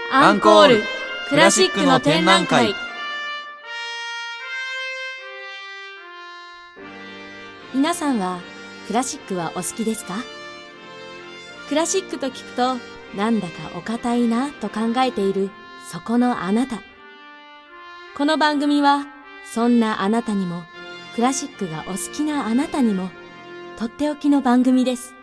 アンコールクラシックの展覧会。 皆さんはクラシックはお好きですか？クラシックと聞くとなんだかお堅いなと考えているそこのあなた。この番組はそんなあなたにもクラシックがお好きなあなたにもとっておきの番組です。